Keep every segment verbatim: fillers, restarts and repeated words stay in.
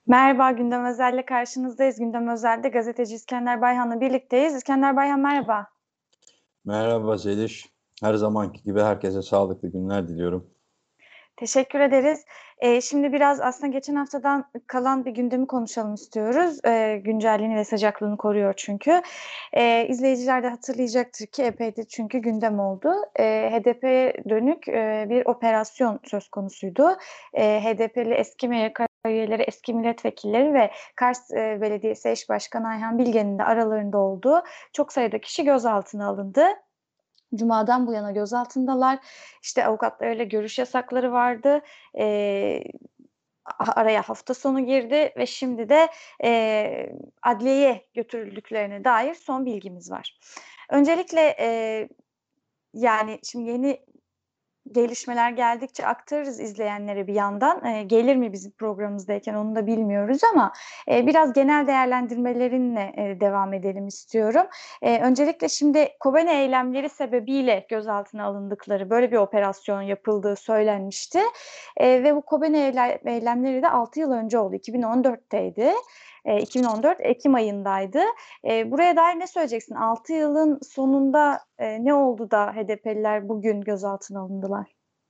Merhaba, Gündem Özel'le karşınızdayız. Gündem Özel'de gazeteci İskender Bayhan'la birlikteyiz. İskender Bayhan merhaba. Merhaba Zeliş. Her zamanki gibi herkese sağlıklı günler diliyorum. Teşekkür ederiz. Eee, şimdi biraz aslında geçen haftadan kalan bir gündemi konuşalım istiyoruz. Eee, güncelliğini ve sıcaklığını koruyor çünkü. Eee, izleyiciler de hatırlayacaktır ki epeydir çünkü gündem oldu. Eee, H D P'ye dönük eee, bir operasyon söz konusuydu. Eee, H D P'li eski M Y K üyeleri, eski milletvekilleri ve Kars eee, Belediyesi Eş Başkanı Ayhan Bilge'nin de aralarında olduğu çok sayıda kişi gözaltına alındı. Cuma'dan bu yana gözaltındalar. İşte avukatlarıyla görüş yasakları vardı. Eee, araya hafta sonu girdi ve şimdi de eee, adliyeye götürüldüklerine dair son bilgimiz var. Öncelikle eee, yani şimdi yeni gelişmeler geldikçe aktarırız izleyenlere bir yandan. Eee, gelir mi bizim programımızdayken onu da bilmiyoruz ama eee, biraz genel değerlendirmelerinle eee, devam edelim istiyorum. Eee, öncelikle şimdi Kobane eylemleri sebebiyle gözaltına alındıkları, böyle bir operasyon yapıldığı söylenmişti. Eee, ve bu Kobane eyle- eylemleri de altı yıl önce oldu. iki bin on dörtteydi. Eee, iki bin on dört Ekim ayındaydı. Eee, buraya dair ne söyleyeceksin? altı yılın sonunda eee, ne oldu da H D P'liler bugün gözaltına alındılar?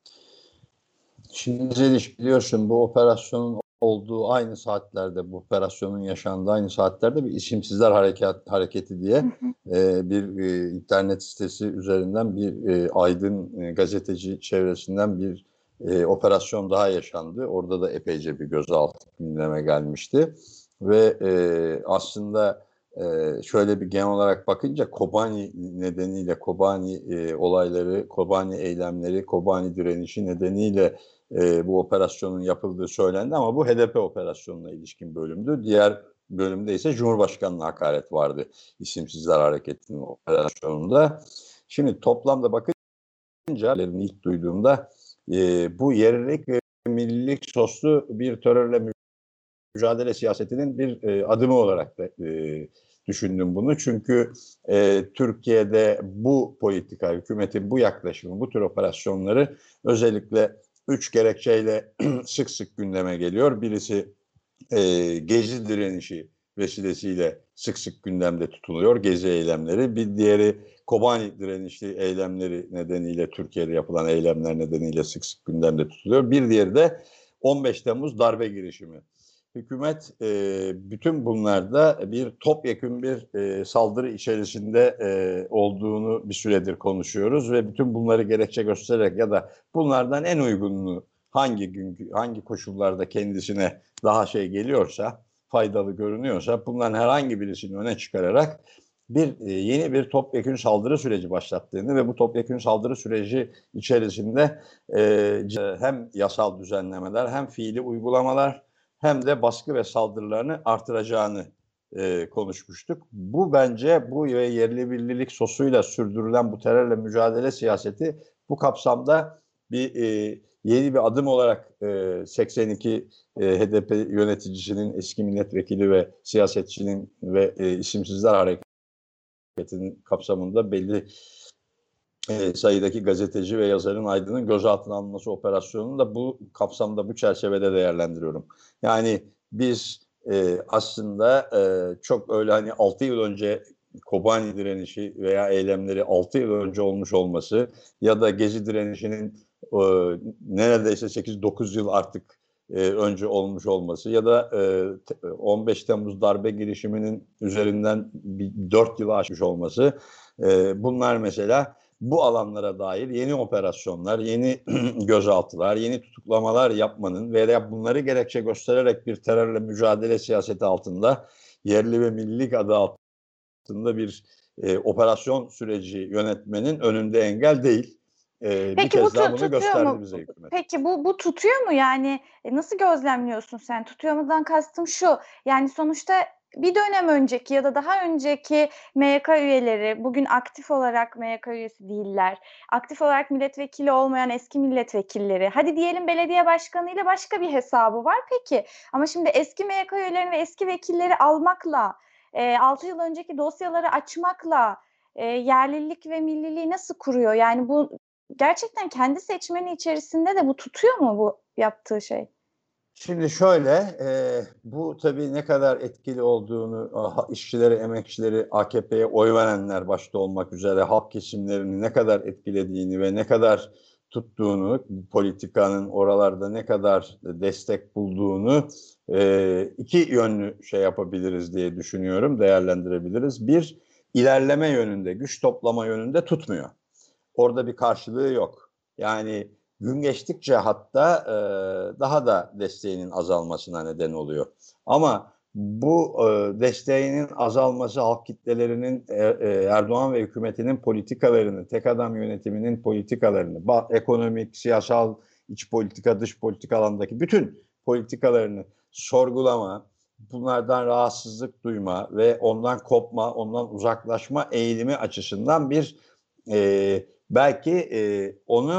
Şimdi Zeliş biliyorsun bu operasyonun olduğu aynı saatlerde, bu operasyonun yaşandığı aynı saatlerde bir isimsizler hareket, hareketi Hı diye hı. e, bir e, internet sitesi üzerinden bir e, aydın e, gazeteci çevresinden bir e, operasyon daha yaşandı. Orada da epeyce bir gözaltı gündeme gelmişti. Ve e, aslında e, şöyle bir genel olarak bakınca Kobani nedeniyle, Kobani e, olayları, Kobani eylemleri, Kobani direnişi nedeniyle e, bu operasyonun yapıldığı söylendi ama bu H D P operasyonuna ilişkin bölümdü. Diğer bölümde ise Cumhurbaşkanı'na hakaret vardı İsimsizler Hareketi'nin operasyonunda. Şimdi toplamda bakınca ilk duyduğumda e, bu yerlilik ve millilik soslu bir terörle mücadele siyasetinin bir e, adımı olarak da e, düşündüm bunu. Çünkü e, Türkiye'de bu politika, hükümetin bu yaklaşımı, bu tür operasyonları özellikle üç gerekçeyle sık sık gündeme geliyor. Birisi e, Gezi direnişi vesilesiyle sık sık gündemde tutuluyor. Gezi eylemleri. Bir diğeri Kobani direnişli eylemleri nedeniyle Türkiye'de yapılan eylemler nedeniyle sık sık gündemde tutuluyor. Bir diğeri de on beş Temmuz darbe girişimi. Hükümet e, bütün bunlarda bir topyekün bir e, saldırı içerisinde e, olduğunu bir süredir konuşuyoruz ve bütün bunları gerekçe göstererek ya da bunlardan en uygununu hangi gün hangi koşullarda kendisine daha şey geliyorsa, faydalı görünüyorsa bunların herhangi birisini öne çıkararak bir e, yeni bir topyekün saldırı süreci başlattığını ve bu topyekün saldırı süreci içerisinde e, hem yasal düzenlemeler hem fiili uygulamalar hem de baskı ve saldırılarını artıracağını e, konuşmuştuk. Bu bence bu ve yerli birlilik sosuyla sürdürülen bu terörle mücadele siyaseti bu kapsamda bir e, yeni bir adım olarak e, seksen iki e, H D P yöneticisinin, eski milletvekili ve siyasetçinin ve e, isimsizler hareketinin kapsamında belli e, sayıdaki gazeteci ve yazarın aydının gözaltına alınması operasyonunu da bu kapsamda, bu çerçevede değerlendiriyorum. Yani biz e, aslında e, çok öyle hani altı yıl önce Kobani direnişi veya eylemleri altı yıl önce olmuş olması ya da Gezi direnişinin e, neredeyse sekiz dokuz yıl artık e, önce olmuş olması ya da e, on beş Temmuz darbe girişiminin üzerinden dört yılı aşmış olması, e, bunlar mesela bu alanlara dair yeni operasyonlar, yeni gözaltılar, yeni tutuklamalar yapmanın veya bunları gerekçe göstererek bir terörle mücadele siyaseti altında yerli ve millilik adı altında bir e, operasyon süreci yönetmenin önünde engel değil. E, bir Peki bu kez daha tu bunu tutuyor gösterdi mu? bize hükümet. Peki bu bu tutuyor mu? Yani e, nasıl gözlemliyorsun sen? Tutuyor mudan kastım şu. Yani sonuçta bir dönem önceki ya da daha önceki M Y K üyeleri bugün aktif olarak M Y K üyesi değiller. Aktif olarak milletvekili olmayan eski milletvekilleri. Hadi diyelim belediye başkanıyla başka bir hesabı var peki. Ama şimdi eski M Y K üyelerini ve eski vekilleri almakla, e, altı yıl önceki dosyaları açmakla e, yerlilik ve milliliği nasıl kuruyor? Yani bu gerçekten kendi seçmeni içerisinde de bu tutuyor mu bu yaptığı şey? Şimdi şöyle, e, bu tabii ne kadar etkili olduğunu, aha, işçileri, emekçileri, A K P'ye oy verenler başta olmak üzere halk kesimlerini ne kadar etkilediğini ve ne kadar tuttuğunu, politikanın oralarda ne kadar destek bulduğunu e, iki yönlü şey yapabiliriz diye düşünüyorum, değerlendirebiliriz. Bir, ilerleme yönünde, güç toplama yönünde tutmuyor. Orada bir karşılığı yok. Yani gün geçtikçe hatta e, daha da desteğinin azalmasına neden oluyor. Ama bu e, desteğinin azalması halk kitlelerinin e, e, Erdoğan ve hükümetinin politikalarını, tek adam yönetiminin politikalarını, ba- ekonomik, siyasal, iç politika, dış politika alandaki bütün politikalarını sorgulama, bunlardan rahatsızlık duyma ve ondan kopma, ondan uzaklaşma eğilimi açısından bir e, belki e, onu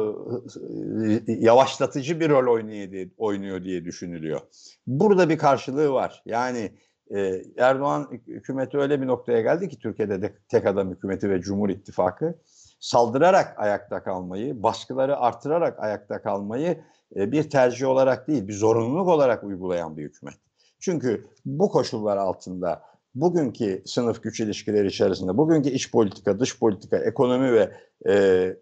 e, yavaşlatıcı bir rol oynuyor diye, oynuyor diye düşünülüyor. Burada bir karşılığı var. Yani e, Erdoğan hükümeti öyle bir noktaya geldi ki Türkiye'de de tek adam hükümeti ve Cumhur İttifakı saldırarak ayakta kalmayı, baskıları artırarak ayakta kalmayı e, bir tercih olarak değil, bir zorunluluk olarak uygulayan bir hükümet. Çünkü bu koşullar altında bugünkü sınıf güç ilişkileri içerisinde, bugünkü iç politika, dış politika, ekonomi ve e,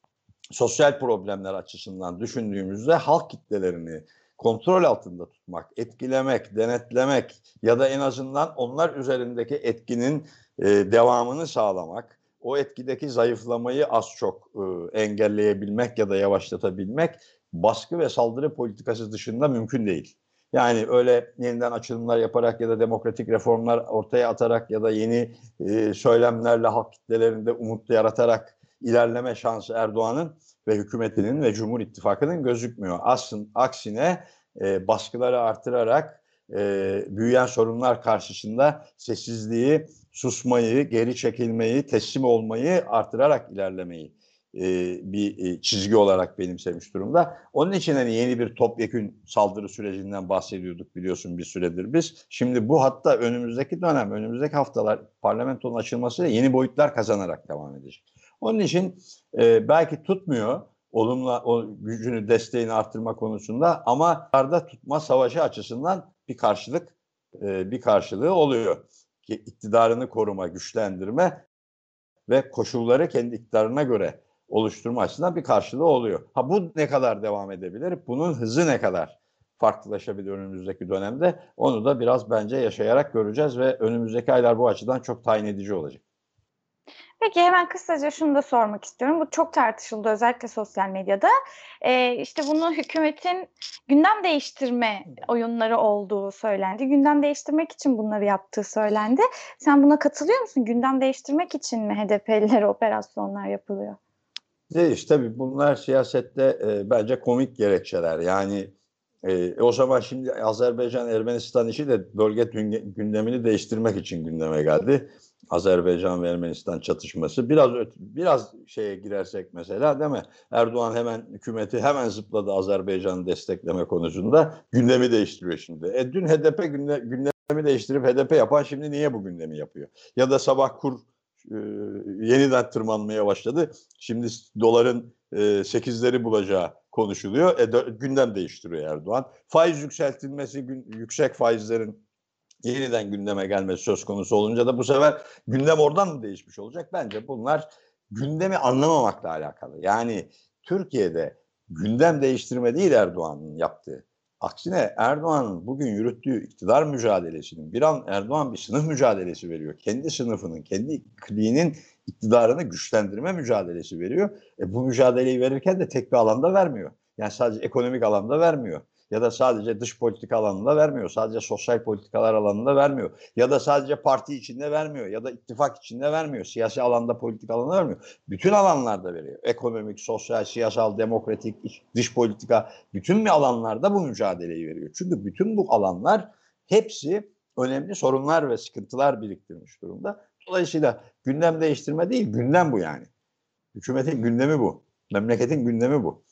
sosyal problemler açısından düşündüğümüzde halk kitlelerini kontrol altında tutmak, etkilemek, denetlemek ya da en azından onlar üzerindeki etkinin e, devamını sağlamak, o etkideki zayıflamayı az çok e, engelleyebilmek ya da yavaşlatabilmek baskı ve saldırı politikası dışında mümkün değil. Yani öyle yeniden açılımlar yaparak ya da demokratik reformlar ortaya atarak ya da yeni e, söylemlerle halk kitlelerinde umut yaratarak ilerleme şansı Erdoğan'ın ve hükümetinin ve Cumhur İttifakı'nın gözükmüyor. Aslında aksine e, baskıları artırarak e, büyüyen sorunlar karşısında sessizliği, susmayı, geri çekilmeyi, teslim olmayı artırarak ilerlemeyi e, bir e, çizgi olarak benimsemiş durumda. Onun için hani yeni bir topyekün saldırı sürecinden bahsediyorduk biliyorsun bir süredir biz. Şimdi bu hatta önümüzdeki dönem, önümüzdeki haftalar parlamentonun açılmasıyla yeni boyutlar kazanarak devam edecek. Onun için e, belki tutmuyor olumlu o gücünü, desteğini arttırma konusunda ama arada tutma savaşı açısından bir karşılık e, bir karşılığı oluyor. Ki iktidarını koruma, güçlendirme ve koşulları kendi iktidarına göre oluşturma açısından bir karşılığı oluyor. Ha bu ne kadar devam edebilir? Bunun hızı ne kadar farklılaşabilir önümüzdeki dönemde? Onu da biraz bence yaşayarak göreceğiz ve önümüzdeki aylar bu açıdan çok tayin edici olacak. Peki hemen kısaca şunu da sormak istiyorum. Bu çok tartışıldı özellikle sosyal medyada. Ee, işte bunu hükümetin gündem değiştirme oyunları olduğu söylendi. Gündem değiştirmek için bunları yaptığı söylendi. Sen buna katılıyor musun? Gündem değiştirmek için mi H D P'lilere operasyonlar yapılıyor? Değil, tabii bunlar siyasette e, bence komik gerekçeler. Yani e, o zaman şimdi Azerbaycan-Ermenistan işi de bölge gündemini değiştirmek için gündeme geldi. Azerbaycan ve Ermenistan çatışması. Biraz biraz şeye girersek mesela değil mi? Erdoğan hemen hükümeti hemen zıpladı Azerbaycan'ı destekleme konusunda. Gündemi değiştiriyor şimdi. E, dün H D P günde, gündemi değiştirip H D P yapan şimdi niye bu gündemi yapıyor? Ya da sabah kur e, yeniden tırmanmaya başladı. Şimdi doların e, sekizleri bulacağı konuşuluyor. E, de, gündem değiştiriyor Erdoğan. Faiz yükseltilmesi, gün, yüksek faizlerin yeniden gündeme gelmesi söz konusu olunca da bu sefer gündem oradan mı değişmiş olacak? Bence bunlar gündemi anlamamakla alakalı. Yani Türkiye'de gündem değiştirme değil Erdoğan'ın yaptığı. Aksine Erdoğan'ın bugün yürüttüğü iktidar mücadelesinin bir an Erdoğan bir sınıf mücadelesi veriyor. Kendi sınıfının, kendi kliğinin iktidarını güçlendirme mücadelesi veriyor. E bu mücadeleyi verirken de tek bir alanda vermiyor. Yani sadece ekonomik alanda vermiyor. Ya da sadece dış politika alanında vermiyor. Sadece sosyal politikalar alanında vermiyor. Ya da sadece parti içinde vermiyor. Ya da ittifak içinde vermiyor. Siyasi alanda, politik alanda vermiyor. Bütün alanlarda veriyor. Ekonomik, sosyal, siyasal, demokratik, dış politika bütün bir alanlarda bu mücadeleyi veriyor. Çünkü bütün bu alanlar hepsi önemli sorunlar ve sıkıntılar biriktirmiş durumda. Dolayısıyla gündem değiştirme değil, gündem bu yani. Hükümetin gündemi bu. Memleketin gündemi bu.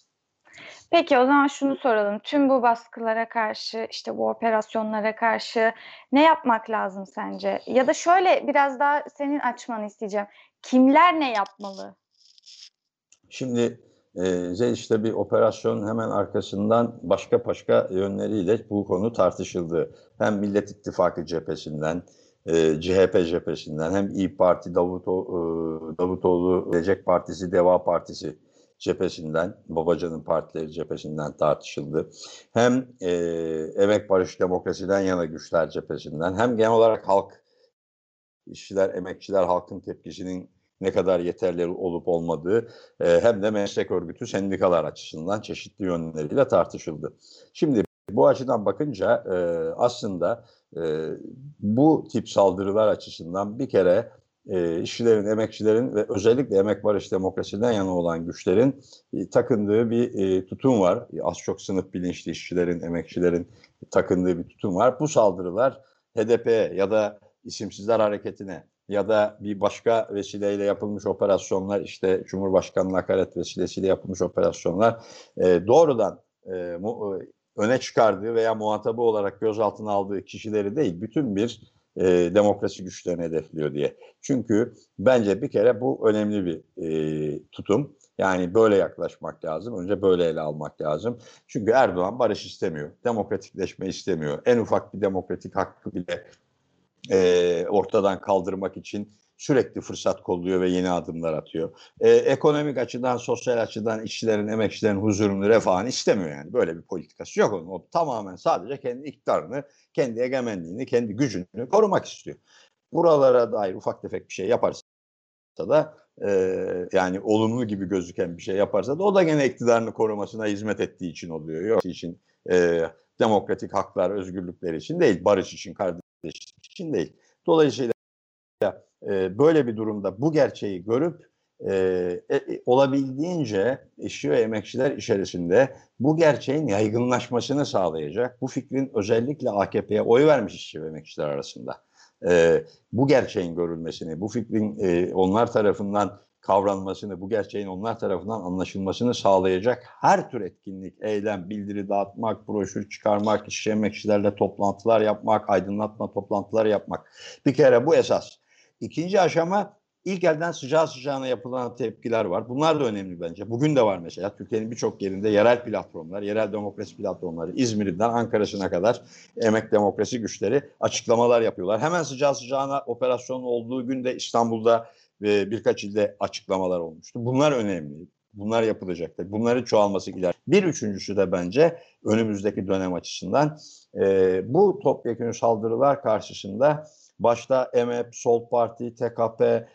Peki o zaman şunu soralım. Tüm bu baskılara karşı, işte bu operasyonlara karşı ne yapmak lazım sence? Ya da şöyle biraz daha senin açmanı isteyeceğim. Kimler ne yapmalı? Şimdi E, işte bir operasyonun hemen arkasından başka başka yönleriyle bu konu tartışıldı. Hem Millet İttifakı cephesinden, e, C H P cephesinden, hem İYİ Parti, Davutoğlu, e, Davutoğlu, Gelecek Partisi, Deva Partisi cephesinden, Babacan'ın partileri cephesinden tartışıldı. Hem e, Emek Barış Demokrasi'den yana güçler cephesinden, hem genel olarak halk, işçiler, emekçiler, halkın tepkisinin ne kadar yeterli olup olmadığı, e, hem de meslek örgütü, sendikalar açısından çeşitli yönleriyle tartışıldı. Şimdi bu açıdan bakınca e, aslında e, bu tip saldırılar açısından bir kere e, işçilerin, emekçilerin ve özellikle Emek Barış Demokrasi'den yana olan güçlerin e, takındığı bir e, tutum var. E, az çok sınıf bilinçli işçilerin, emekçilerin takındığı bir tutum var. Bu saldırılar H D P'ye ya da İsimsizler Hareketi'ne ya da bir başka vesileyle yapılmış operasyonlar, işte Cumhurbaşkanı'na hakaret vesilesiyle yapılmış operasyonlar e, doğrudan e, mu, e, öne çıkardığı veya muhatabı olarak gözaltına aldığı kişileri değil, bütün bir e, demokrasi güçlerini hedefliyor diye. Çünkü bence bir kere bu önemli bir e, tutum. Yani böyle yaklaşmak lazım. Önce böyle ele almak lazım. Çünkü Erdoğan barış istemiyor. Demokratikleşme istemiyor. En ufak bir demokratik hakkı bile e, ortadan kaldırmak için sürekli fırsat kolluyor ve yeni adımlar atıyor. E, ekonomik açıdan, sosyal açıdan işçilerin, emekçilerin huzurunu, refahını istemiyor yani. Böyle bir politikası yok onun. O tamamen sadece kendi iktidarını, kendi egemenliğini, kendi gücünü korumak istiyor. Buralara dair ufak tefek bir şey yaparsa da e, yani olumlu gibi gözüken bir şey yaparsa da o da gene iktidarını korumasına hizmet ettiği için oluyor. Yok için e, demokratik haklar, özgürlükler için değil, barış için, kardeşlik için değil. Dolayısıyla e, böyle bir durumda bu gerçeği görüp e, e, olabildiğince işçi ve emekçiler içerisinde bu gerçeğin yaygınlaşmasını sağlayacak, bu fikrin özellikle A K P'ye oy vermiş işçi ve emekçiler arasında e, bu gerçeğin görülmesini, bu fikrin e, onlar tarafından kavranmasını, bu gerçeğin onlar tarafından anlaşılmasını sağlayacak her tür etkinlik, eylem, bildiri dağıtmak, broşür çıkarmak, işçi emekçilerle toplantılar yapmak, aydınlatma toplantıları yapmak. Bir kere bu esas. İkinci aşama, ilk elden sıcağı sıcağına yapılan tepkiler var. Bunlar da önemli bence. Bugün de var mesela. Türkiye'nin birçok yerinde yerel platformlar, yerel demokrasi platformları, İzmir'den Ankara'sına kadar emek demokrasi güçleri açıklamalar yapıyorlar. Hemen sıcağı sıcağına operasyon olduğu günde İstanbul'da ve birkaç ilde açıklamalar olmuştu. Bunlar önemli. Bunlar yapılacaktır. Bunların çoğalması iler. Bir üçüncüsü de bence önümüzdeki dönem açısından e, bu topyekün saldırılar karşısında başta M H P, Sol Parti, T K P,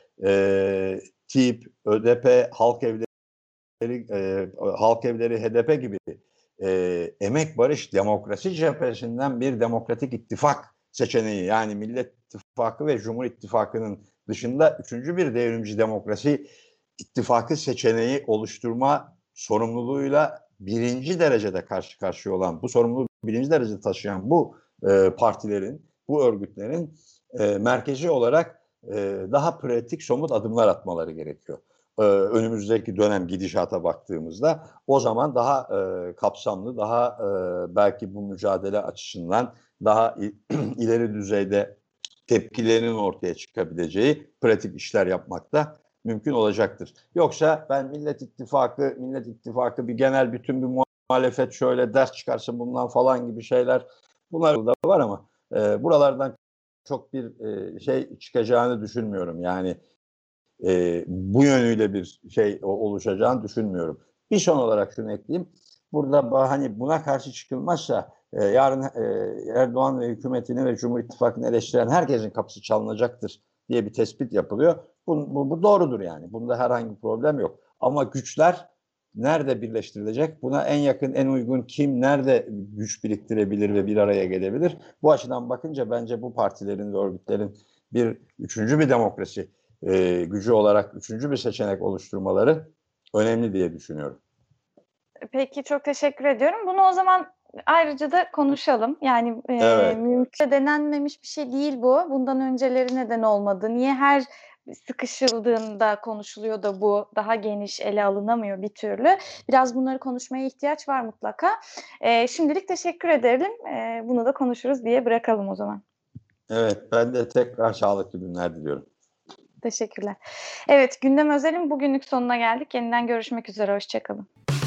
e, TİP, Ö D P, Halk Evleri, e, Halk Evleri, H D P gibi e, Emek Barış Demokrasi cephesinden bir demokratik ittifak seçeneği, yani Millet İttifakı ve Cumhur İttifakı'nın dışında üçüncü bir devrimci demokrasi ittifakı seçeneği oluşturma sorumluluğuyla birinci derecede karşı karşıya olan, bu sorumluluğu birinci derecede taşıyan bu e, partilerin, bu örgütlerin e, merkezi olarak e, daha pratik, somut adımlar atmaları gerekiyor. E, önümüzdeki dönem gidişata baktığımızda o zaman daha e, kapsamlı, daha e, belki bu mücadele açısından daha ileri düzeyde tepkilerinin ortaya çıkabileceği pratik işler yapmakta mümkün olacaktır. Yoksa ben Millet İttifakı, Millet İttifakı bir genel bütün bir muhalefet şöyle ders çıkarsın bundan falan gibi şeyler, bunlar da var ama e, buralardan çok bir e, şey çıkacağını düşünmüyorum. Yani e, bu yönüyle bir şey oluşacağını düşünmüyorum. Bir son olarak şunu ekleyeyim. Burada hani buna karşı çıkılmazsa e, yarın e, Erdoğan ve hükümetini ve Cumhur İttifakı'nı eleştiren herkesin kapısı çalınacaktır diye bir tespit yapılıyor. Bu, bu, bu doğrudur yani. Bunda herhangi bir problem yok. Ama güçler nerede birleştirilecek? Buna en yakın, en uygun kim, nerede güç biriktirebilir ve bir araya gelebilir? Bu açıdan bakınca bence bu partilerin ve örgütlerin bir üçüncü bir demokrasi e, gücü olarak üçüncü bir seçenek oluşturmaları önemli diye düşünüyorum. Peki, çok teşekkür ediyorum. Bunu o zaman ayrıca da konuşalım. Yani e, Evet. mümkün denenmemiş bir şey değil bu. Bundan önceleri neden olmadı? Niye her sıkışıldığında konuşuluyor da bu daha geniş ele alınamıyor bir türlü? Biraz bunları konuşmaya ihtiyaç var mutlaka. E, şimdilik teşekkür ederim. E, bunu da konuşuruz diye bırakalım o zaman. Evet, ben de tekrar sağlıklı günler diliyorum. Teşekkürler. Evet, Gündem Özel'in bugünlük sonuna geldik. Yeniden görüşmek üzere, hoşça kalın.